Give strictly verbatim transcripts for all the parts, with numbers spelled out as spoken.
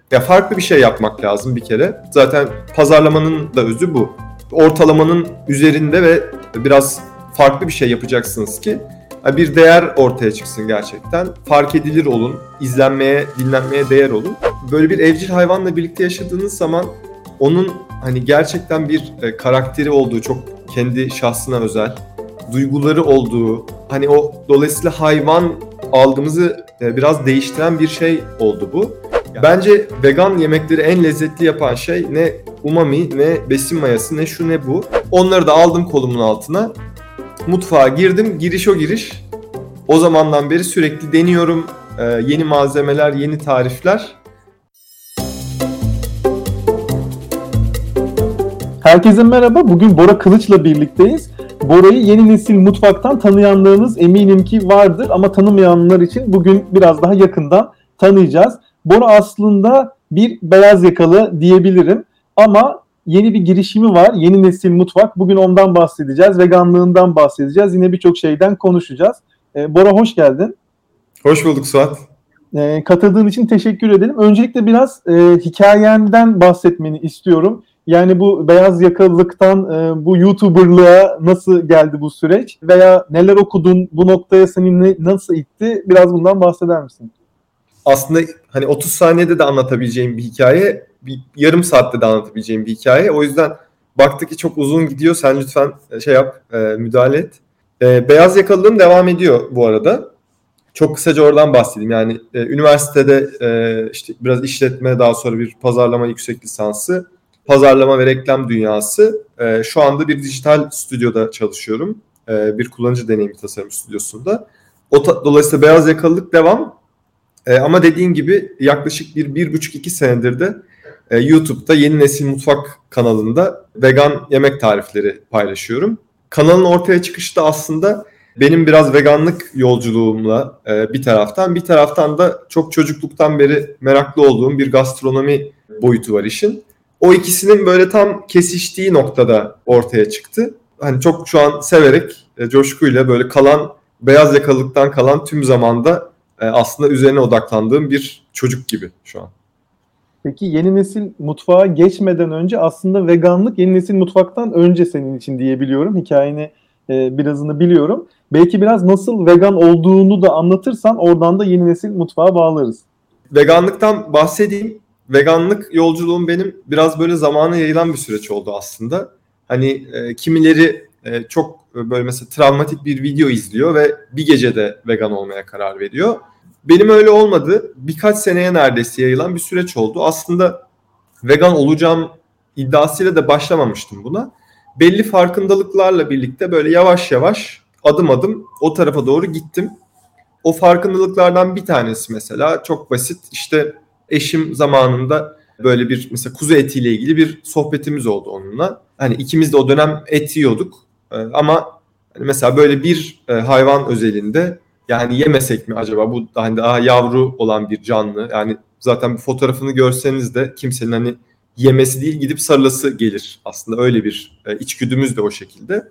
Ya farklı bir şey yapmak lazım bir kere. Zaten pazarlamanın da özü bu. Ortalamanın üzerinde ve biraz farklı bir şey yapacaksınız ki bir değer ortaya çıksın gerçekten. Fark edilir olun, izlenmeye, dinlenmeye değer olun. Böyle bir evcil hayvanla birlikte yaşadığınız zaman onun hani gerçekten bir e, karakteri olduğu, çok kendi şahsına özel, duyguları olduğu, hani o dolayısıyla hayvan algımızı e, biraz değiştiren bir şey oldu bu. Bence vegan yemekleri en lezzetli yapan şey ne umami, ne besin mayası, ne şu ne bu. Onları da aldım kolumun altına. Mutfağa girdim, giriş o giriş. O zamandan beri sürekli deniyorum. Ee, yeni malzemeler, yeni tarifler. Herkese merhaba. Bugün Bora Kılıç'la birlikteyiz. Bora'yı yeni nesil mutfaktan tanıyanlarınız eminim ki vardır ama tanımayanlar için bugün biraz daha yakından tanıyacağız. Bora aslında bir beyaz yakalı diyebilirim ama yeni bir girişimi var. Yeni nesil mutfak. Bugün ondan bahsedeceğiz. Veganlığından bahsedeceğiz. Yine birçok şeyden konuşacağız. Ee, Bora hoş geldin. Hoş bulduk Suat. Ee, katıldığın için teşekkür ederim. Öncelikle biraz e, hikayenden bahsetmeni istiyorum. Yani bu beyaz yakalılıktan e, bu YouTuber'lığa nasıl geldi bu süreç? Veya neler okudun, bu noktaya seni ne, nasıl itti? Biraz bundan bahseder misin? Aslında hani otuz saniyede de anlatabileceğim bir hikaye, bir yarım saatte de anlatabileceğim bir hikaye. O yüzden baktık ki çok uzun gidiyor. Sen lütfen şey yap, e, müdahale et. E, beyaz yakalılığım devam ediyor bu arada. Çok kısaca oradan bahsedeyim. Yani e, üniversitede e, işte biraz işletme, daha sonra bir pazarlama yüksek lisansı, pazarlama ve reklam dünyası. E, şu anda bir dijital stüdyoda çalışıyorum. E, bir kullanıcı deneyimi tasarım stüdyosunda. O ta- dolayısıyla beyaz yakalılık devam. E, ama dediğin gibi yaklaşık bir, bir buçuk iki senedir de e, YouTube'da Yeni Nesil Mutfak kanalında vegan yemek tarifleri paylaşıyorum. Kanalın ortaya çıkışı da aslında benim biraz veganlık yolculuğumla e, bir taraftan, bir taraftan da çok çocukluktan beri meraklı olduğum bir gastronomi boyutu var işin. O ikisinin böyle tam kesiştiği noktada ortaya çıktı. Hani çok şu an severek, e, coşkuyla böyle kalan, beyaz yakalılıktan kalan tüm zamanda e, aslında üzerine odaklandığım bir çocuk gibi şu an. Peki yeni nesil mutfağa geçmeden önce aslında veganlık yeni nesil mutfaktan önce senin için diyebiliyorum. Hikayeni e, birazını biliyorum. Belki biraz nasıl vegan olduğunu da anlatırsan oradan da yeni nesil mutfağa bağlarız. Veganlıktan bahsedeyim. Veganlık yolculuğum benim biraz böyle zamana yayılan bir süreç oldu aslında. Hani e, kimileri e, çok e, böyle mesela travmatik bir video izliyor ve bir gecede vegan olmaya karar veriyor. Benim öyle olmadı. Birkaç seneye neredeyse yayılan bir süreç oldu. Aslında vegan olacağım iddiasıyla da başlamamıştım buna. Belli farkındalıklarla birlikte böyle yavaş yavaş adım adım o tarafa doğru gittim. O farkındalıklardan bir tanesi mesela çok basit. İşte eşim zamanında böyle bir mesela kuzu etiyle ilgili bir sohbetimiz oldu onunla. Hani ikimiz de o dönem et yiyorduk. Ee, ama hani mesela böyle bir e, hayvan özelinde yani yemesek mi acaba, bu hani daha yavru olan bir canlı. Yani zaten bu fotoğrafını görseniz de kimsenin hani yemesi değil gidip sarılası gelir. Aslında öyle bir e, içgüdümüz de o şekilde.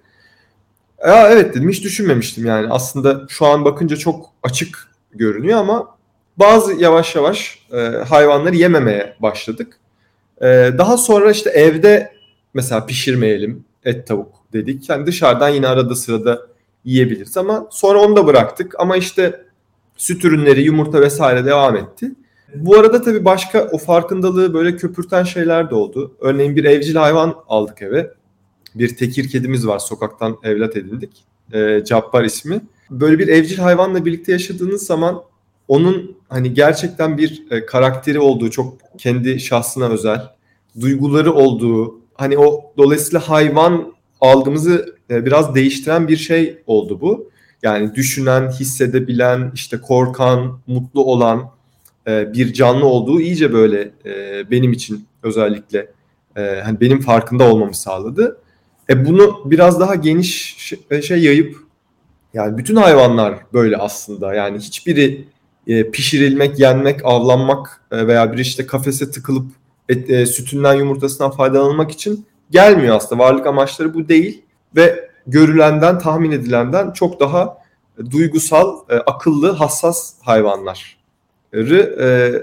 Ya evet dedim, hiç düşünmemiştim yani. Aslında şu an bakınca çok açık görünüyor ama bazı yavaş yavaş e, hayvanları yememeye başladık. E, daha sonra işte evde mesela pişirmeyelim et tavuk dedik. Yani dışarıdan yine arada sırada yiyebiliriz ama sonra onu da bıraktık. Ama işte süt ürünleri, yumurta vesaire devam etti. Bu arada tabii başka o farkındalığı böyle köpürten şeyler de oldu. Örneğin bir evcil hayvan aldık eve. Bir tekir kedimiz var, sokaktan evlat edindik. E, Cabbar ismi. Böyle bir evcil hayvanla birlikte yaşadığınız zaman onun hani gerçekten bir e, karakteri olduğu, çok kendi şahsına özel, duyguları olduğu, hani o dolayısıyla hayvan algımızı e, biraz değiştiren bir şey oldu bu. Yani düşünen, hissedebilen, işte korkan, mutlu olan e, bir canlı olduğu iyice böyle e, benim için özellikle e, hani benim farkında olmamı sağladı. E bunu biraz daha geniş şey, şey yayıp yani bütün hayvanlar böyle aslında. Yani hiçbiri e, pişirilmek, yenmek, avlanmak e, veya bir işte kafese tıkılıp et, e, sütünden, yumurtasından faydalanmak için gelmiyor aslında. Varlık amaçları bu değil ve görülenden, tahmin edilenden çok daha e, duygusal, e, akıllı, hassas hayvanları e,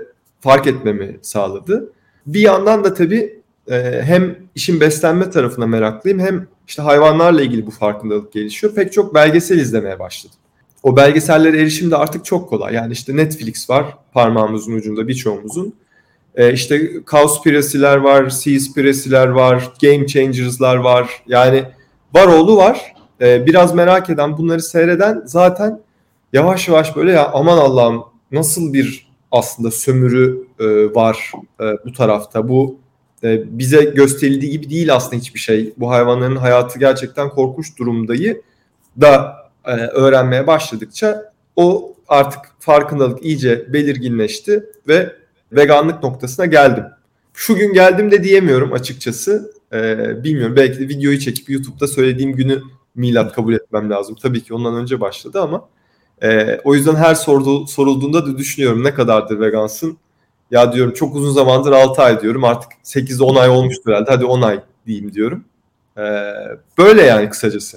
fark etmemi sağladı. Bir yandan da tabii e, hem işin beslenme tarafına meraklıyım hem işte hayvanlarla ilgili bu farkındalık gelişiyor. Pek çok belgesel izlemeye başladım. O belgesellere erişim de artık çok kolay. Yani işte Netflix var parmağımızın ucunda birçoğumuzun. E, işte Cowspiracy'ler var, Seaspiracy'ler var, Game Changers'lar var. Yani var oğlu var. E, biraz merak eden, bunları seyreden zaten yavaş yavaş böyle ya aman Allah'ım nasıl bir aslında sömürü e, var e, bu tarafta. Bu e, bize gösterildiği gibi değil aslında hiçbir şey. Bu hayvanların hayatı gerçekten korkunç durumdayı da e, öğrenmeye başladıkça o artık farkındalık iyice belirginleşti ve veganlık noktasına geldim. Şu gün geldim de diyemiyorum açıkçası. E, bilmiyorum, belki de videoyu çekip YouTube'da söylediğim günü milat kabul etmem lazım. Tabii ki ondan önce başladı ama e, o yüzden her sordu, sorulduğunda da düşünüyorum ne kadardır vegansın? Ya diyorum çok uzun zamandır altı ay diyorum, artık sekiz on ay olmuştur herhalde, hadi on ay diyeyim diyorum. E, böyle yani kısacası.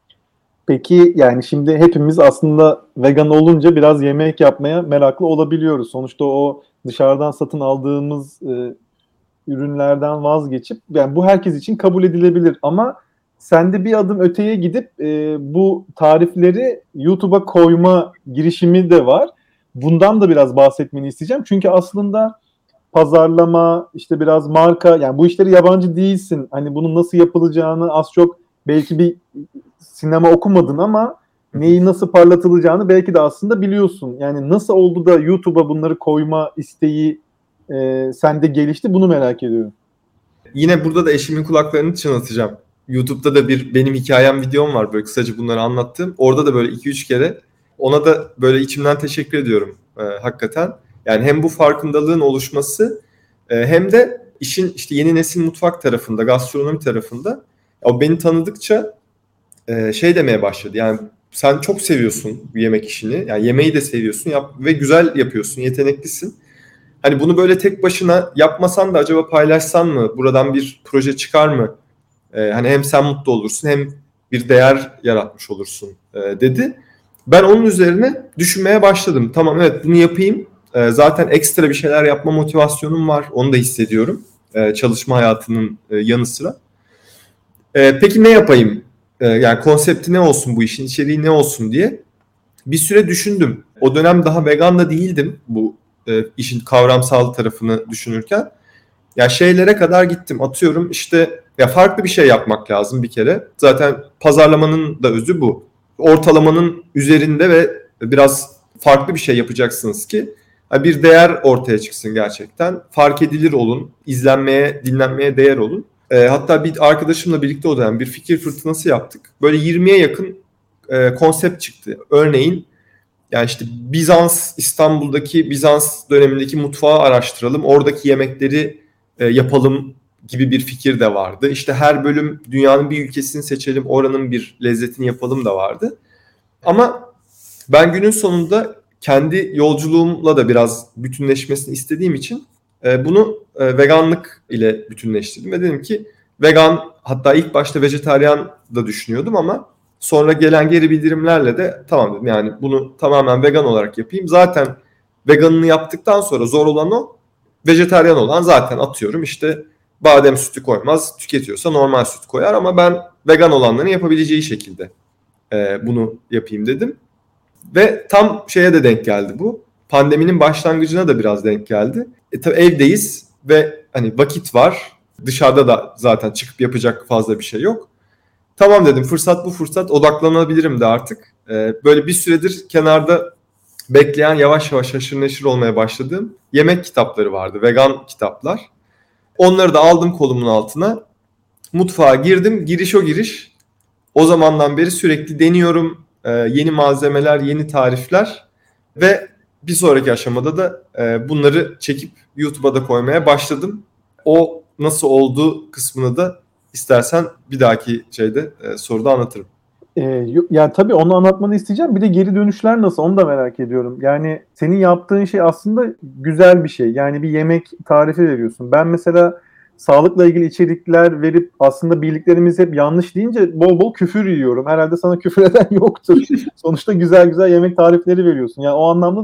Peki yani şimdi hepimiz aslında vegan olunca biraz yemek yapmaya meraklı olabiliyoruz. Sonuçta o dışarıdan satın aldığımız e, ürünlerden vazgeçip, yani bu herkes için kabul edilebilir ama sen de bir adım öteye gidip e, bu tarifleri YouTube'a koyma girişimi de var. Bundan da biraz bahsetmeni isteyeceğim. Çünkü aslında pazarlama, işte biraz marka, yani bu işleri yabancı değilsin. Hani bunun nasıl yapılacağını az çok belki bir sinema okumadın ama neyi nasıl parlatılacağını belki de aslında biliyorsun. Yani nasıl oldu da YouTube'a bunları koyma isteği e, sende gelişti, bunu merak ediyorum. Yine burada da eşimin kulaklarını çınlatacağım. YouTube'da da bir benim hikayem videom var, böyle kısaca bunları anlattığım. Orada da böyle iki üç kere ona da böyle içimden teşekkür ediyorum e, hakikaten. Yani hem bu farkındalığın oluşması e, hem de işin işte yeni nesil mutfak tarafında, gastronomi tarafında o beni tanıdıkça e, şey demeye başladı. Yani sen çok seviyorsun bu yemek işini. Yani yemeği de seviyorsun yap ve güzel yapıyorsun, yeteneklisin. Hani bunu böyle tek başına yapmasan da acaba paylaşsan mı? Buradan bir proje çıkar mı? Ee, hani hem sen mutlu olursun hem bir değer yaratmış olursun e, dedi. Ben onun üzerine düşünmeye başladım. Tamam, evet, bunu yapayım. E, zaten ekstra bir şeyler yapma motivasyonum var. Onu da hissediyorum. E, çalışma hayatının e, yanı sıra. E, peki ne yapayım? E, yani konsepti ne olsun, bu işin içeriği ne olsun diye bir süre düşündüm. O dönem daha vegan da değildim bu e, işin kavramsal tarafını düşünürken. Ya şeylere kadar gittim. Atıyorum işte ya farklı bir şey yapmak lazım bir kere. Zaten pazarlamanın da özü bu. Ortalamanın üzerinde ve biraz farklı bir şey yapacaksınız ki bir değer ortaya çıksın gerçekten. Fark edilir olun, izlenmeye, dinlenmeye değer olun. E, hatta bir arkadaşımla birlikte o dönem bir fikir fırtınası yaptık. Böyle yirmiye yakın e, konsept çıktı. Örneğin yani işte Bizans, İstanbul'daki Bizans dönemindeki mutfağı araştıralım, oradaki yemekleri e, yapalım gibi bir fikir de vardı. İşte her bölüm dünyanın bir ülkesini seçelim, oranın bir lezzetini yapalım da vardı. Ama ben günün sonunda kendi yolculuğumla da biraz bütünleşmesini istediğim için e, bunu e, veganlık ile bütünleştirdim. Ve dedim ki vegan, hatta ilk başta vejetaryen da düşünüyordum ama sonra gelen geri bildirimlerle de tamam dedim, yani bunu tamamen vegan olarak yapayım. Zaten veganını yaptıktan sonra zor olan o. Vejetaryen olan zaten atıyorum işte badem sütü koymaz, tüketiyorsa normal süt koyar ama ben vegan olanların yapabileceği şekilde e, bunu yapayım dedim. Ve tam şeye de denk geldi bu. Pandeminin başlangıcına da biraz denk geldi. E tabii evdeyiz ve hani vakit var. Dışarıda da zaten çıkıp yapacak fazla bir şey yok. Tamam dedim, fırsat bu fırsat, odaklanabilirim de artık. Ee, böyle bir süredir kenarda bekleyen, yavaş yavaş haşır neşir olmaya başladığım yemek kitapları vardı. Vegan kitaplar. Onları da aldım kolumun altına. Mutfağa girdim. Giriş o giriş. O zamandan beri sürekli deniyorum. Ee, yeni malzemeler, yeni tarifler. Ve bir sonraki aşamada da e, bunları çekip YouTube'a da koymaya başladım. O nasıl oldu kısmını da İstersen bir dahaki şeyde e, soruda anlatırım. Ee, yani tabii onu anlatmanı isteyeceğim. Bir de geri dönüşler nasıl, onu da merak ediyorum. Yani senin yaptığın şey aslında güzel bir şey. Yani bir yemek tarifi veriyorsun. Ben mesela sağlıkla ilgili içerikler verip aslında bildiklerimiz hep yanlış deyince bol bol küfür yiyorum. Herhalde sana küfür eden yoktur. Sonuçta güzel güzel yemek tarifleri veriyorsun. Yani o anlamda da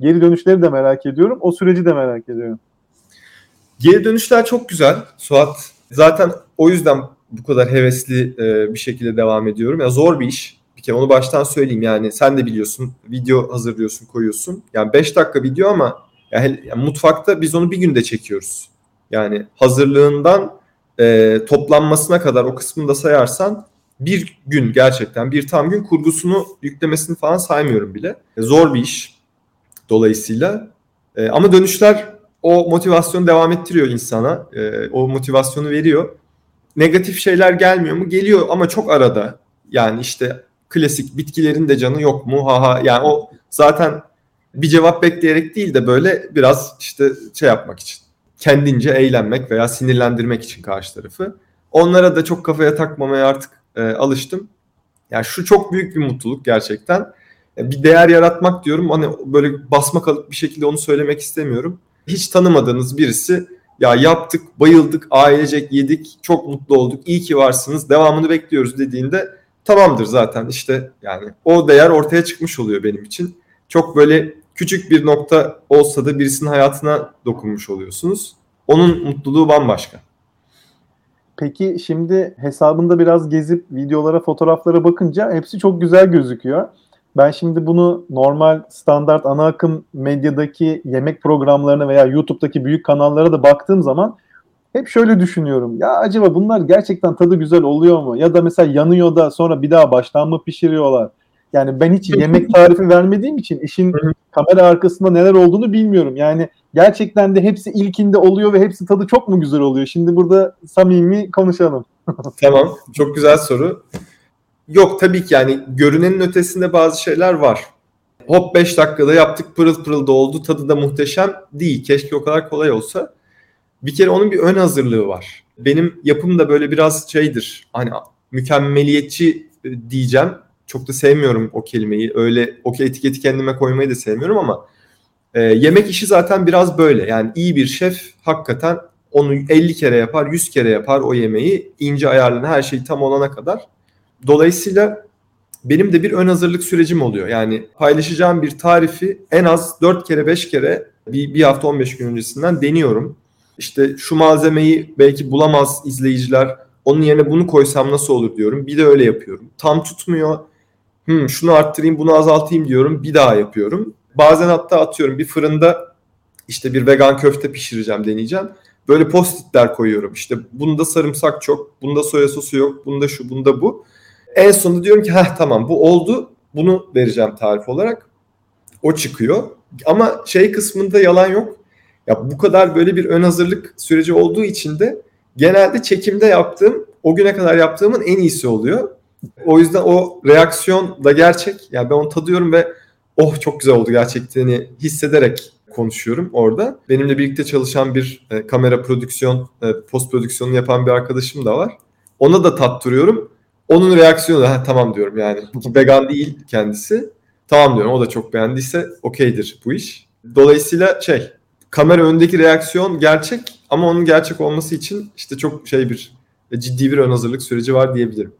Geri dönüşleri de merak ediyorum. O süreci de merak ediyorum. Geri dönüşler çok güzel Suat. Zaten o yüzden bu kadar hevesli e, bir şekilde devam ediyorum. Ya zor bir iş. Bir kere onu baştan söyleyeyim, yani sen de biliyorsun, video hazırlıyorsun, koyuyorsun. Yani beş dakika video ama yani, yani mutfakta biz onu bir günde çekiyoruz. Yani hazırlığından e, toplanmasına kadar o kısmını da sayarsan bir gün, gerçekten bir tam gün, kurgusunu yüklemesini falan saymıyorum bile. E, zor bir iş dolayısıyla. E, ama dönüşler o motivasyonu devam ettiriyor insana. E, o motivasyonu veriyor. Negatif şeyler gelmiyor mu? Geliyor ama çok arada. Yani işte klasik bitkilerin de canı yok mu? Ha ha. Yani o zaten bir cevap bekleyerek değil de böyle biraz işte şey yapmak için, kendince eğlenmek veya sinirlendirmek için karşı tarafı. Onlara da çok kafaya takmamaya artık e, alıştım. Yani şu çok büyük bir mutluluk gerçekten. E, bir değer yaratmak diyorum. Hani böyle basma kalıp bir şekilde onu söylemek istemiyorum. Hiç tanımadığınız birisi, ya yaptık, bayıldık, ailecek yedik, çok mutlu olduk, iyi ki varsınız, devamını bekliyoruz dediğinde tamamdır zaten, işte yani o değer ortaya çıkmış oluyor benim için. Çok böyle küçük bir nokta olsa da birisinin hayatına dokunmuş oluyorsunuz. Onun mutluluğu bambaşka. Peki şimdi hesabında biraz gezip videolara, fotoğraflara bakınca hepsi çok güzel gözüküyor. Ben şimdi bunu normal standart ana akım medyadaki yemek programlarına veya YouTube'daki büyük kanallara da baktığım zaman hep şöyle düşünüyorum. Ya acaba bunlar gerçekten tadı güzel oluyor mu? Ya da mesela yanıyor da sonra bir daha baştan mı pişiriyorlar? Yani ben hiç yemek tarifi vermediğim için işin kamera arkasında neler olduğunu bilmiyorum. Yani gerçekten de hepsi ilkinde oluyor ve hepsi tadı çok mu güzel oluyor? Şimdi burada samimi konuşalım. Tamam, çok güzel soru. Yok, tabii ki yani görünenin ötesinde bazı şeyler var. Hop beş dakikada yaptık, pırıl pırıl da oldu, tadı da muhteşem değil. Keşke o kadar kolay olsa. Bir kere onun bir ön hazırlığı var. Benim yapım da böyle biraz şeydir. Hani mükemmeliyetçi diyeceğim. Çok da sevmiyorum o kelimeyi. Öyle o etiketi kendime koymayı da sevmiyorum ama e, yemek işi zaten biraz böyle. Yani iyi bir şef hakikaten onu elli kere yapar, yüz kere yapar o yemeği. İnce ayarlarını, her şey tam olana kadar. Dolayısıyla benim de bir ön hazırlık sürecim oluyor. Yani paylaşacağım bir tarifi en az dört kere beş kere bir, bir hafta on beş gün öncesinden deniyorum. İşte şu malzemeyi belki bulamaz izleyiciler, onun yerine bunu koysam nasıl olur diyorum. Bir de öyle yapıyorum. Tam tutmuyor. Hmm, şunu arttırayım, bunu azaltayım diyorum. Bir daha yapıyorum. Bazen hatta atıyorum bir fırında işte bir vegan köfte pişireceğim, deneyeceğim. Böyle post-itler koyuyorum. İşte bunda sarımsak çok, bunda soya sosu yok, bunda şu, bunda bu. En sonunda diyorum ki heh tamam bu oldu. Bunu vereceğim tarif olarak. O çıkıyor. Ama şey kısmında yalan yok. Ya bu kadar böyle bir ön hazırlık süreci olduğu için de genelde çekimde yaptığım, o güne kadar yaptığımın en iyisi oluyor. O yüzden o reaksiyon da gerçek. Yani ben onu tadıyorum ve oh çok güzel oldu gerçekten hissederek konuşuyorum orada. Benimle birlikte çalışan bir e, kamera prodüksiyon, e, post prodüksiyonu yapan bir arkadaşım da var. Ona da tattırıyorum. Onun reaksiyonu da ha, tamam diyorum yani. Vegan değil kendisi. Tamam diyorum, o da çok beğendiyse okeydir bu iş. Dolayısıyla şey, kamera önündeki reaksiyon gerçek ama onun gerçek olması için işte çok şey bir ciddi bir ön hazırlık süreci var diyebilirim.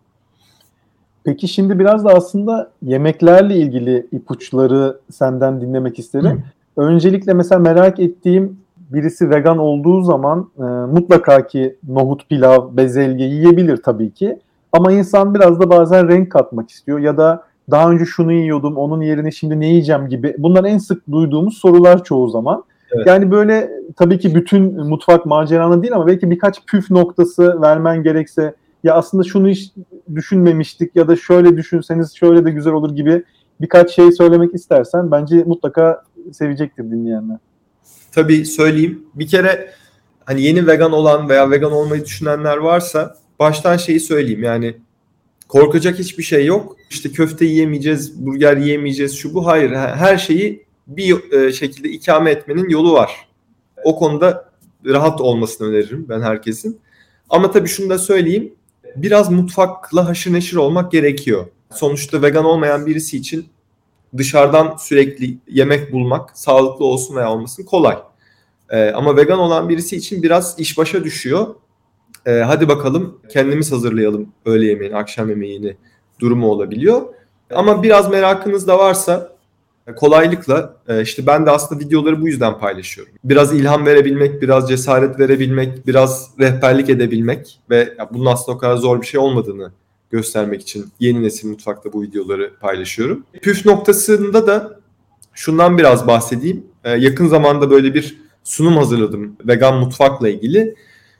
Peki şimdi biraz da aslında yemeklerle ilgili ipuçları senden dinlemek isterim. Hı. Öncelikle mesela merak ettiğim, birisi vegan olduğu zaman e, mutlaka ki nohut, pilav, bezelye yiyebilir tabii ki. Ama insan biraz da bazen renk katmak istiyor ya da daha önce şunu yiyordum, onun yerine şimdi ne yiyeceğim gibi. Bunlar en sık duyduğumuz sorular çoğu zaman. Evet. Yani böyle tabii ki bütün mutfak maceranı değil ama belki birkaç püf noktası vermen gerekse, ya aslında şunu hiç düşünmemiştik ya da şöyle düşünseniz şöyle de güzel olur gibi birkaç şey söylemek istersen bence mutlaka sevecektir dinleyenler. Tabii söyleyeyim. Bir kere hani yeni vegan olan veya vegan olmayı düşünenler varsa baştan şeyi söyleyeyim, yani korkacak hiçbir şey yok. İşte köfte yiyemeyeceğiz, burger yiyemeyeceğiz, şu bu. Hayır, her şeyi bir şekilde ikame etmenin yolu var. O konuda rahat olmasını öneririm ben herkesin. Ama tabii şunu da söyleyeyim, biraz mutfakla haşır neşir olmak gerekiyor. Sonuçta vegan olmayan birisi için dışarıdan sürekli yemek bulmak, sağlıklı olsun veya olmasın, kolay. Ee, ama vegan olan birisi için biraz iş başa düşüyor. Ee, hadi bakalım kendimiz hazırlayalım öğle yemeğini, akşam yemeğini durumu olabiliyor. Ama biraz merakınız da varsa kolaylıkla e, işte ben de aslında videoları bu yüzden paylaşıyorum. Biraz ilham verebilmek, biraz cesaret verebilmek, biraz rehberlik edebilmek ve bunun aslında o kadar zor bir şey olmadığını göstermek için Yeni Nesil Mutfak'ta bu videoları paylaşıyorum. Püf noktasında da şundan biraz bahsedeyim. E, yakın zamanda böyle bir sunum hazırladım vegan mutfakla ilgili.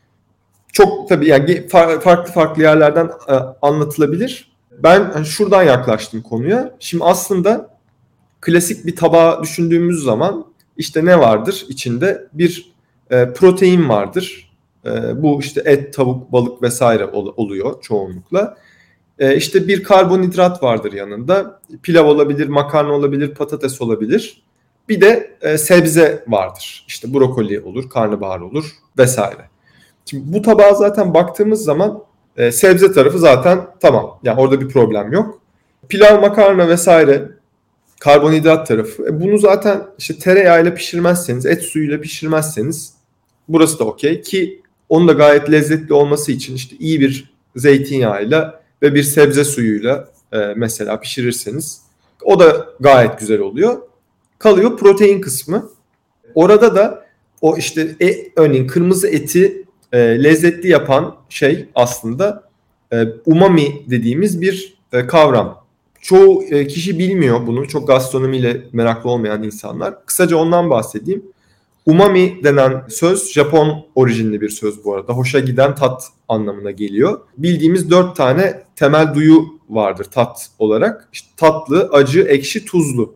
Çok tabii yani farklı farklı yerlerden e, anlatılabilir. Ben hani şuradan yaklaştım konuya. Şimdi aslında klasik bir tabağı düşündüğümüz zaman işte ne vardır içinde? Bir e, protein vardır. E, bu işte et, tavuk, balık vesaire ol, oluyor çoğunlukla. E, işte bir karbonhidrat vardır yanında. Pilav olabilir, makarna olabilir, patates olabilir. Bir de e, sebze vardır. İşte brokoli olur, karnabahar olur vesaire. Şimdi bu tabağa zaten baktığımız zaman e, sebze tarafı zaten tamam. Yani orada bir problem yok. Pilav, makarna vesaire karbonhidrat tarafı. E, bunu zaten işte tereyağıyla pişirmezseniz, et suyuyla pişirmezseniz burası da okey. Ki onun da gayet lezzetli olması için işte iyi bir zeytinyağıyla ve bir sebze suyuyla e, mesela pişirirseniz o da gayet güzel oluyor. Kalıyor protein kısmı. Orada da o işte e, örneğin kırmızı eti e, lezzetli yapan şey aslında e, umami dediğimiz bir e, kavram. Çoğu e, kişi bilmiyor bunu. Çok gastronomiyle meraklı olmayan insanlar. Kısaca ondan bahsedeyim. Umami denen söz Japon orijinli bir söz bu arada. Hoşa giden tat anlamına geliyor. Bildiğimiz dört tane temel duyu vardır tat olarak. İşte tatlı, acı, ekşi, tuzlu.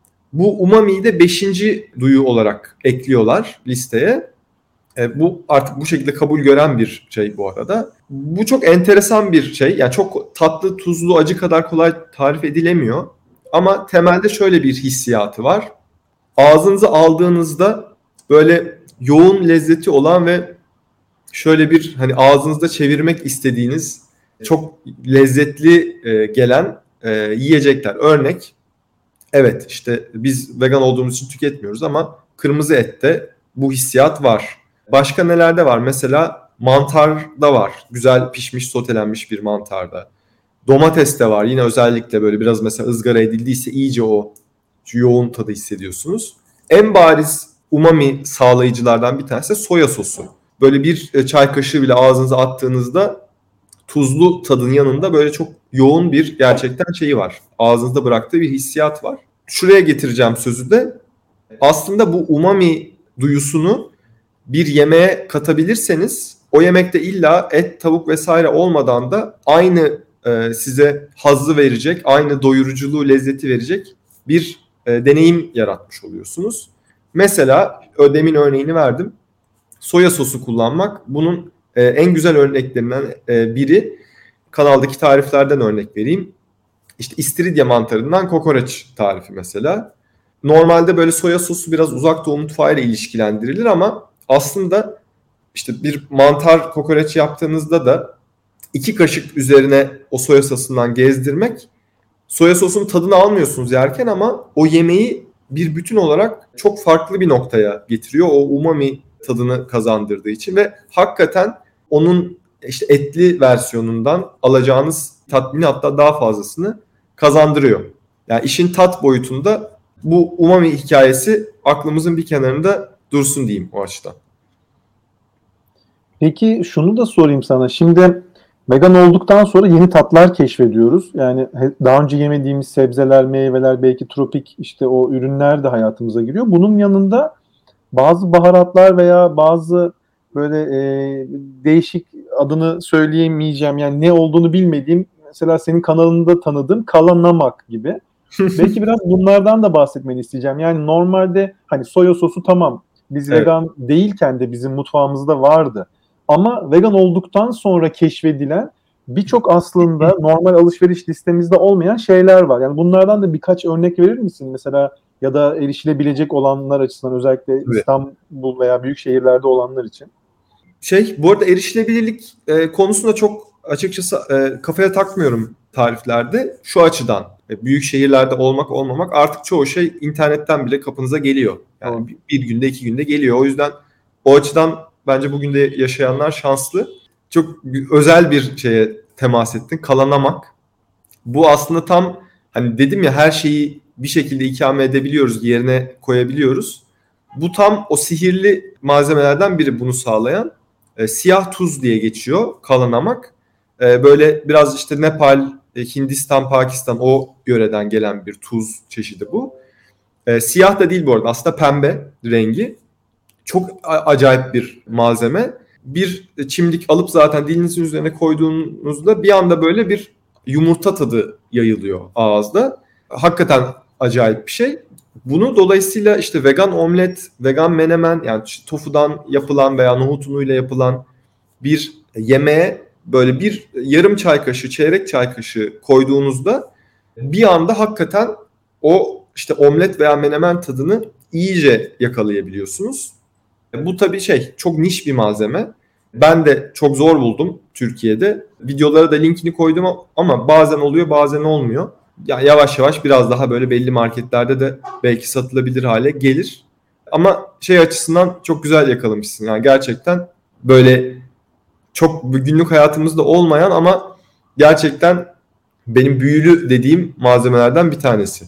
Bu umami'yi de beşinci duyu olarak ekliyorlar listeye. E, bu artık bu şekilde kabul gören bir şey bu arada. Bu çok enteresan bir şey. Yani çok tatlı, tuzlu, acı kadar kolay tarif edilemiyor. Ama temelde şöyle bir hissiyatı var. Ağzınıza aldığınızda böyle yoğun lezzeti olan ve şöyle bir hani ağzınızda çevirmek istediğiniz çok lezzetli e, gelen e, yiyecekler. Örnek, evet işte biz vegan olduğumuz için tüketmiyoruz ama kırmızı ette bu hissiyat var. Başka nelerde var? Mesela mantarda var. Güzel pişmiş, sotelenmiş bir mantarda. Domates de var. Yine özellikle böyle biraz mesela ızgara edildiyse iyice o yoğun tadı hissediyorsunuz. En bariz umami sağlayıcılardan bir tanesi de soya sosu. Böyle bir çay kaşığı bile ağzınıza attığınızda tuzlu tadın yanında böyle çok yoğun bir gerçekten şeyi var. Ağzınızda bıraktığı bir hissiyat var. Şuraya getireceğim sözü de. Aslında bu umami duyusunu bir yemeğe katabilirseniz o yemekte illa et, tavuk vesaire olmadan da aynı e, size hazzı verecek, aynı doyuruculuğu, lezzeti verecek bir e, deneyim yaratmış oluyorsunuz. Mesela demin örneğini verdim. Soya sosu kullanmak bunun e, en güzel örneklerinden e, biri. Kanaldaki tariflerden örnek vereyim. İşte istiridye mantarından kokoreç tarifi mesela. Normalde böyle soya sosu biraz uzak doğu mutfağıyla ilişkilendirilir ama aslında işte bir mantar kokoreç yaptığınızda da iki kaşık üzerine o soya sosundan gezdirmek, soya sosunun tadını almıyorsunuz yerken ama o yemeği bir bütün olarak çok farklı bir noktaya getiriyor. O umami tadını kazandırdığı için ve hakikaten onun işte etli versiyonundan alacağınız tatmini hatta daha fazlasını kazandırıyor. Yani işin tat boyutunda bu umami hikayesi aklımızın bir kenarında dursun diyeyim o açıdan. Peki şunu da sorayım sana. Şimdi vegan olduktan sonra yeni tatlar keşfediyoruz. Yani daha önce yemediğimiz sebzeler, meyveler, belki tropik işte o ürünler de hayatımıza giriyor. Bunun yanında bazı baharatlar veya bazı böyle e, değişik adını söyleyemeyeceğim yani ne olduğunu bilmediğim mesela senin kanalında tanıdığım kalanamak gibi. Belki biraz bunlardan da bahsetmeni isteyeceğim. Yani normalde hani soya sosu tamam biz evet. Vegan değilken de bizim mutfağımızda vardı. Ama vegan olduktan sonra keşfedilen birçok aslında normal alışveriş listemizde olmayan şeyler var. Yani bunlardan da birkaç örnek verir misin? Mesela ya da erişilebilecek olanlar açısından özellikle evet. İstanbul veya büyük şehirlerde olanlar için. Şey, bu arada erişilebilirlik e, konusunda çok açıkçası e, kafaya takmıyorum tariflerde. Şu açıdan e, büyük şehirlerde olmak olmamak artık çoğu şey internetten bile kapınıza geliyor. Yani hmm. bir, bir günde iki günde geliyor. O yüzden o açıdan bence bugün de yaşayanlar şanslı. Çok özel bir şeye temas ettin. Kalanamak. Bu aslında tam hani dedim ya her şeyi bir şekilde ikame edebiliyoruz, yerine koyabiliyoruz. Bu tam o sihirli malzemelerden biri bunu sağlayan. E, siyah tuz diye geçiyor kalanamak. E, böyle biraz işte Nepal, e, Hindistan, Pakistan o yöreden gelen bir tuz çeşidi bu. E, siyah da değil bu arada, aslında pembe rengi. Çok a- acayip bir malzeme. Bir çimdik alıp zaten dilinizin üzerine koyduğunuzda bir anda böyle bir yumurta tadı yayılıyor ağızda. Hakikaten acayip bir şey. Bunu dolayısıyla işte vegan omlet, vegan menemen, yani tofudan yapılan veya nohut unuyla yapılan bir yemeğe böyle bir yarım çay kaşığı, çeyrek çay kaşığı koyduğunuzda bir anda hakikaten o işte omlet veya menemen tadını iyice yakalayabiliyorsunuz. Bu tabii şey, çok niş bir malzeme. Ben de çok zor buldum Türkiye'de. Videolara da linkini koydum ama bazen oluyor, bazen olmuyor. Ya yavaş yavaş biraz daha böyle belli marketlerde de belki satılabilir hale gelir. Ama şey açısından çok güzel yakalamışsın. Yani gerçekten böyle çok günlük hayatımızda olmayan ama gerçekten benim büyülü dediğim malzemelerden bir tanesi.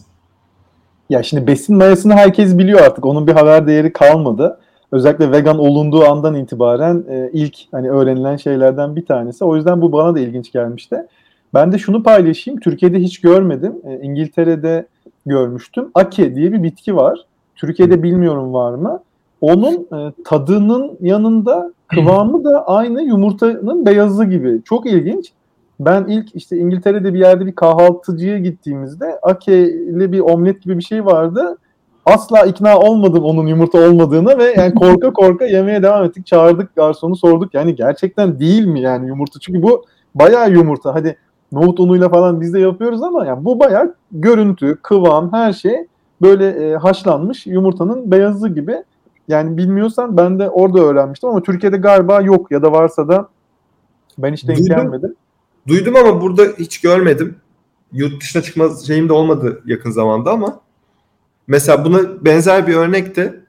Ya şimdi besin mayasını herkes biliyor artık. Onun bir haber değeri kalmadı. Özellikle vegan olunduğu andan itibaren e, ilk hani öğrenilen şeylerden bir tanesi. O yüzden bu bana da ilginç gelmişti. Ben de şunu paylaşayım. Türkiye'de hiç görmedim. E, İngiltere'de görmüştüm. Ake diye bir bitki var. Türkiye'de bilmiyorum var mı? Onun e, tadının yanında kıvamı da aynı yumurtanın beyazı gibi. Çok ilginç. Ben ilk işte İngiltere'de bir yerde bir kahvaltıcıya gittiğimizde Ake'li bir omlet gibi bir şey vardı. Asla ikna olmadım onun yumurta olmadığına ve yani korka korka yemeye devam ettik. Çağırdık garsonu, sorduk yani gerçekten değil mi yani yumurta? Çünkü bu bayağı yumurta. Hadi nohut unuyla falan biz de yapıyoruz ama yani bu bayağı görüntü, kıvam, her şey böyle e, haşlanmış yumurtanın beyazı gibi. Yani bilmiyorsan ben de orada öğrenmiştim ama Türkiye'de galiba yok ya da varsa da ben hiç denk Duydum. gelmedim. Duydum ama burada hiç görmedim. Yurt dışına çıkma şeyim de olmadı yakın zamanda ama mesela buna benzer bir örnek de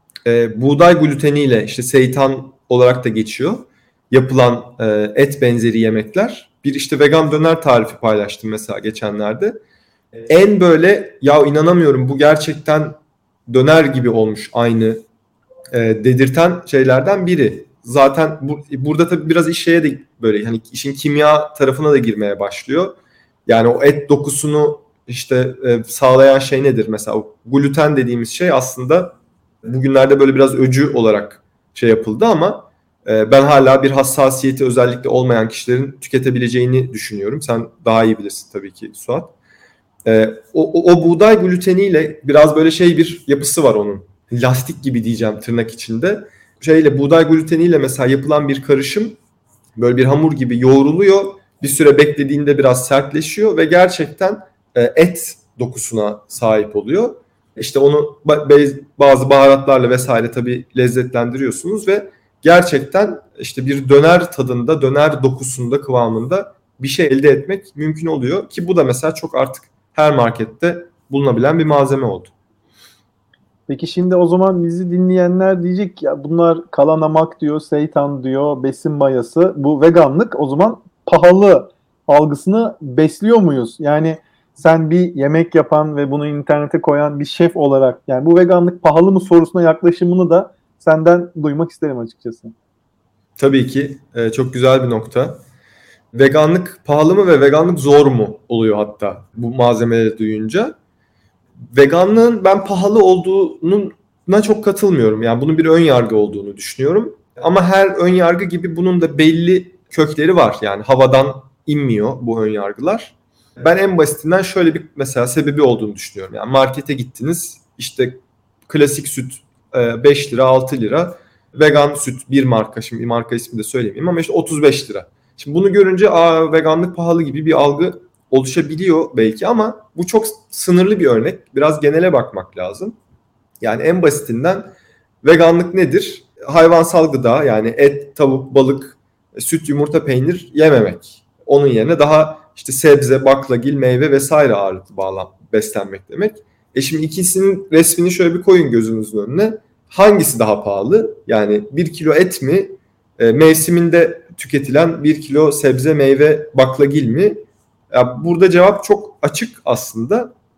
e, buğday gluteniyle, işte seitan olarak da geçiyor, yapılan e, et benzeri yemekler. Bir işte vegan döner tarifi paylaştım mesela geçenlerde. En böyle ya inanamıyorum bu gerçekten döner gibi olmuş aynı e, dedirten şeylerden biri. Zaten bu, burada tabii biraz iş şeye de böyle hani işin kimya tarafına da girmeye başlıyor. Yani o et dokusunu işte e, sağlayan şey nedir? Mesela o gluten dediğimiz şey aslında bugünlerde böyle biraz öcü olarak şey yapıldı ama e, ben hala bir hassasiyeti özellikle olmayan kişilerin tüketebileceğini düşünüyorum. Sen daha iyi bilirsin tabii ki Suat. E, o, o, o buğday gluteniyle biraz böyle şey bir yapısı var onun. Lastik gibi diyeceğim tırnak içinde. Şeyle buğday gluteniyle mesela yapılan bir karışım böyle bir hamur gibi yoğruluyor. Bir süre beklediğinde biraz sertleşiyor ve gerçekten e, et dokusuna sahip oluyor. İşte onu bazı baharatlarla vesaire tabii lezzetlendiriyorsunuz ve gerçekten işte bir döner tadında, döner dokusunda, kıvamında bir şey elde etmek mümkün oluyor ki bu da mesela çok artık her markette bulunabilen bir malzeme oldu. Peki şimdi o zaman bizi dinleyenler diyecek ya bunlar kalanamak diyor, seitan diyor, besin mayası. Bu veganlık o zaman pahalı algısını besliyor muyuz? Yani sen bir yemek yapan ve bunu internete koyan bir şef olarak yani bu veganlık pahalı mı sorusuna yaklaşımını da senden duymak isterim açıkçası. Tabii ki e, çok güzel bir nokta. Veganlık pahalı mı ve veganlık zor mu oluyor hatta bu malzemeleri duyunca? Veganlığın ben pahalı olduğuna çok katılmıyorum. Yani bunun bir ön yargı olduğunu düşünüyorum. Ama her ön yargı gibi bunun da belli kökleri var. Yani havadan inmiyor bu ön yargılar. Ben en basitinden şöyle bir mesela sebebi olduğunu düşünüyorum. Yani markete gittiniz, işte klasik süt beş lira altı lira, vegan süt bir marka, şimdi marka ismi de söylemeyeyim ama işte otuz beş lira. Şimdi bunu görünce aa veganlık pahalı gibi bir algı oluşabiliyor belki ama bu çok sınırlı bir örnek. Biraz genele bakmak lazım. Yani en basitinden veganlık nedir? Hayvansal gıda, yani et, tavuk, balık, süt, yumurta, peynir yememek. Onun yerine daha işte sebze, baklagil, meyve vesaire ağırlıklı bağlam beslenmek demek. E şimdi ikisinin resmini şöyle bir koyun gözünüzün önüne. Hangisi daha pahalı? Yani bir kilo et mi? E, mevsiminde tüketilen bir kilo sebze, meyve, baklagil mi? Ya burada cevap çok açık aslında.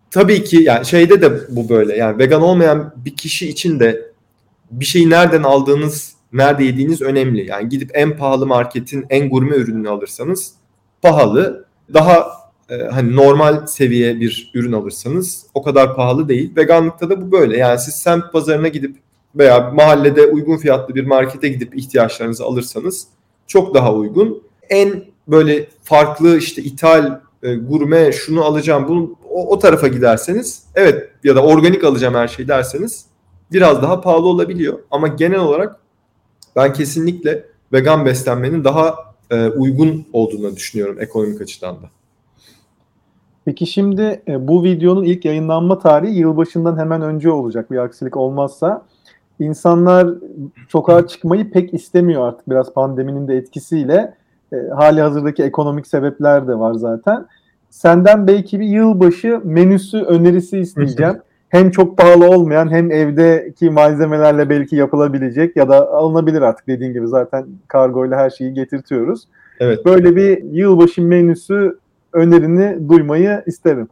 tabii ki yani şeyde de bu böyle. Yani vegan olmayan bir kişi için de bir şeyi nereden aldığınız, nerede yediğiniz önemli. Yani gidip en pahalı marketin en gurme ürününü alırsanız pahalı. Daha e, hani normal seviye bir ürün alırsanız o kadar pahalı değil. Veganlıkta da bu böyle. Yani siz semt pazarına gidip veya mahallede uygun fiyatlı bir markete gidip ihtiyaçlarınızı alırsanız çok daha uygun. En böyle farklı işte ithal, e, gurme şunu alacağım bunu o, o tarafa giderseniz evet, ya da organik alacağım her şeyi derseniz biraz daha pahalı olabiliyor. Ama genel olarak ben kesinlikle vegan beslenmenin daha e, uygun olduğunu düşünüyorum ekonomik açıdan da. Peki şimdi e, bu videonun ilk yayınlanma tarihi yılbaşından hemen önce olacak bir aksilik olmazsa. İnsanlar sokağa çıkmayı pek istemiyor artık biraz pandeminin de etkisiyle. E, hali hazırdaki ekonomik sebepler de var zaten. Senden belki bir yılbaşı menüsü önerisi isteyeceğim. Hem çok pahalı olmayan hem evdeki malzemelerle belki yapılabilecek ya da alınabilir artık dediğin gibi zaten kargoyla her şeyi getirtiyoruz. Evet. Böyle bir yılbaşı menüsü önerini duymayı isterim.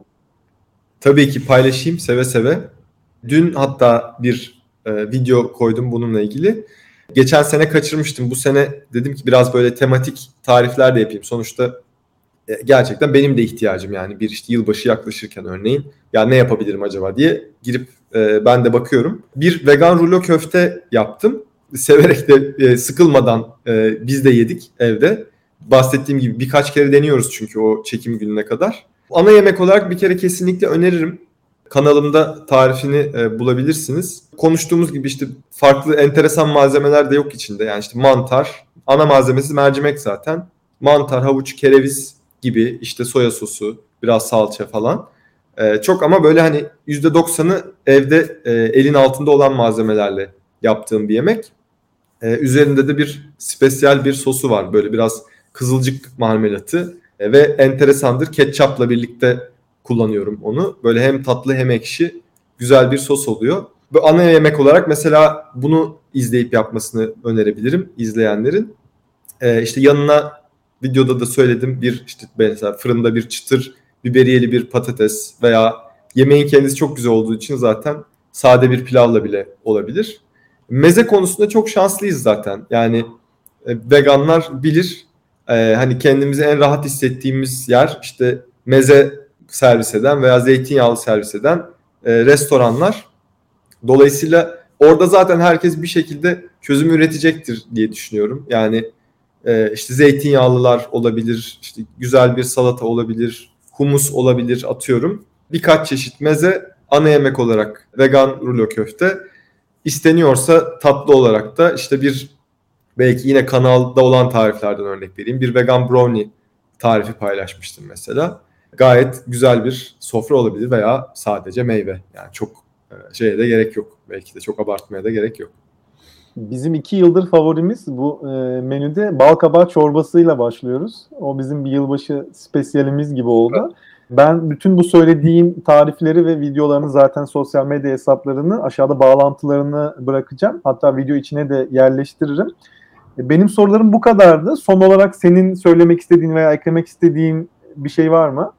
Tabii ki paylaşayım seve seve. Dün hatta bir e, video koydum bununla ilgili. Geçen sene kaçırmıştım. Bu sene dedim ki biraz böyle tematik tarifler de yapayım. Sonuçta e, gerçekten benim de ihtiyacım yani bir işte yılbaşı yaklaşırken örneğin ya ne yapabilirim acaba diye girip e, ben de bakıyorum. Bir vegan rulo köfte yaptım. Severek de e, sıkılmadan e, biz de yedik evde. Bahsettiğim gibi birkaç kere deniyoruz çünkü o çekim gününe kadar. Ana yemek olarak bir kere kesinlikle öneririm. Kanalımda tarifini e, bulabilirsiniz. Konuştuğumuz gibi işte farklı enteresan malzemeler de yok içinde. Yani işte mantar, ana malzemesi mercimek zaten. Mantar, havuç, kereviz gibi işte soya sosu, biraz salça falan. E, çok ama böyle hani yüzde doksanı evde e, elin altında olan malzemelerle yaptığım bir yemek. E, üzerinde de bir spesiyel bir sosu var. Böyle biraz kızılcık marmelatı e, ve enteresandır. Ketçapla birlikte kullanıyorum onu. Böyle hem tatlı hem ekşi güzel bir sos oluyor. Bu ana yemek olarak mesela bunu izleyip yapmasını önerebilirim izleyenlerin. Ee, işte yanına videoda da söyledim bir işte mesela fırında bir çıtır biberiyeli bir patates veya yemeğin kendisi çok güzel olduğu için zaten sade bir pilavla bile olabilir. Meze konusunda çok şanslıyız zaten. Yani e, veganlar bilir. E, hani kendimizi en rahat hissettiğimiz yer işte meze servis eden veya zeytinyağlı servis eden e, restoranlar. Dolayısıyla orada zaten herkes bir şekilde çözüm üretecektir diye düşünüyorum. Yani e, işte zeytinyağlılar olabilir, işte güzel bir salata olabilir, humus olabilir atıyorum. Birkaç çeşit meze, ana yemek olarak vegan rulo köfte. İsteniyorsa tatlı olarak da işte bir belki yine kanalda olan tariflerden örnek vereyim. Bir vegan brownie tarifi paylaşmıştım mesela. Gayet güzel bir sofra olabilir veya sadece meyve. Yani çok e, şeye de gerek yok. Belki de çok abartmaya da gerek yok. Bizim iki yıldır favorimiz bu e, menüde bal kabağı çorbasıyla başlıyoruz. O bizim bir yılbaşı spesiyelimiz gibi oldu. Ben bütün bu söylediğin tarifleri ve videolarını zaten sosyal medya hesaplarını aşağıda bağlantılarını bırakacağım. Hatta video içine de yerleştiririm. Benim sorularım bu kadardı. Son olarak senin söylemek istediğin veya eklemek istediğin bir şey var mı?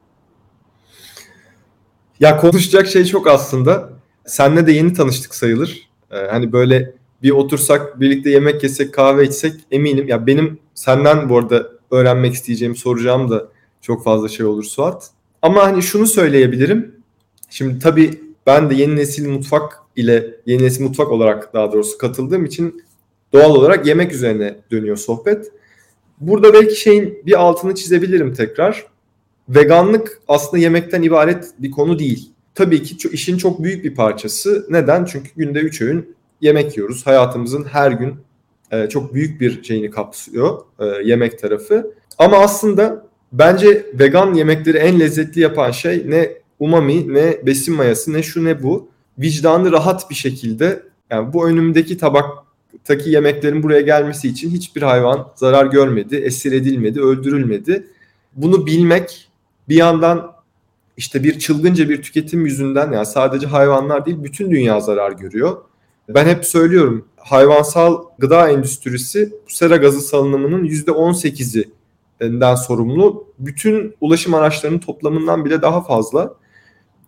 Ya konuşacak şey çok aslında. Seninle de yeni tanıştık sayılır. Ee, hani böyle bir otursak, birlikte yemek yesek, kahve içsek eminim. Ya benim senden bu arada öğrenmek isteyeceğim, soracağım da çok fazla şey olur Suat. Ama hani şunu söyleyebilirim. Şimdi tabii ben de yeni nesil mutfak ile yeni nesil mutfak olarak daha doğrusu katıldığım için doğal olarak yemek üzerine dönüyor sohbet. Burada belki şeyin bir altını çizebilirim tekrar. Veganlık aslında yemekten ibaret bir konu değil. Tabii ki çok, işin çok büyük bir parçası. Neden? Çünkü günde üç öğün yemek yiyoruz. Hayatımızın her gün e, çok büyük bir şeyini kapsıyor e, yemek tarafı. Ama aslında bence vegan yemekleri en lezzetli yapan şey ne umami, ne besin mayası, ne şu ne bu. Vicdanı rahat bir şekilde yani bu önümdeki tabaktaki yemeklerin buraya gelmesi için hiçbir hayvan zarar görmedi, esir edilmedi, öldürülmedi. Bunu bilmek bir yandan işte bir çılgınca bir tüketim yüzünden yani sadece hayvanlar değil bütün dünya zarar görüyor. Ben hep söylüyorum hayvansal gıda endüstrisi bu sera gazı salınımının yüzde on sekizinden sorumlu. Bütün ulaşım araçlarının toplamından bile daha fazla.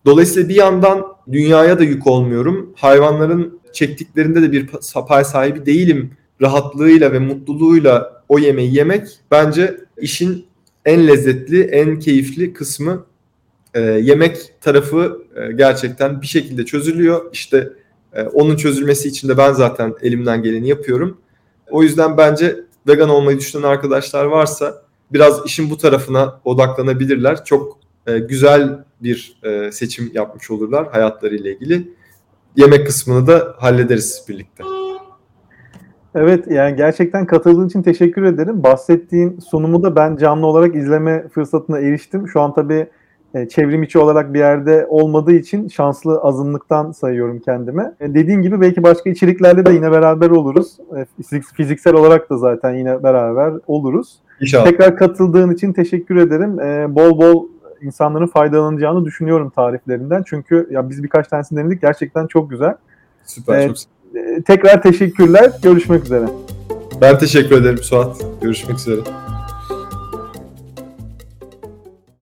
Dolayısıyla bir yandan dünyaya da yük olmuyorum. Hayvanların çektiklerinde de bir pay sahibi değilim rahatlığıyla ve mutluluğuyla o yemeği yemek bence işin en lezzetli, en keyifli kısmı. E, yemek tarafı e, gerçekten bir şekilde çözülüyor. İşte e, onun çözülmesi için de ben zaten elimden geleni yapıyorum. O yüzden bence vegan olmayı düşünen arkadaşlar varsa biraz işin bu tarafına odaklanabilirler. Çok e, güzel bir e, seçim yapmış olurlar hayatlarıyla ilgili. Yemek kısmını da hallederiz birlikte. Evet, yani gerçekten katıldığın için teşekkür ederim. Bahsettiğin sunumu da ben canlı olarak izleme fırsatına eriştim. Şu an tabii e, çevrim içi olarak bir yerde olmadığı için şanslı azınlıktan sayıyorum kendime. E, dediğin gibi belki başka içeriklerle de yine beraber oluruz. E, fiziksel olarak da zaten yine beraber oluruz. İnşallah. Tekrar katıldığın için teşekkür ederim. E, bol bol insanların faydalanacağını düşünüyorum tariflerinden. Çünkü ya biz birkaç tanesini denedik. Gerçekten çok güzel. Süper, e, çok e, Tekrar teşekkürler. Görüşmek üzere. Ben teşekkür ederim Suat. Görüşmek üzere.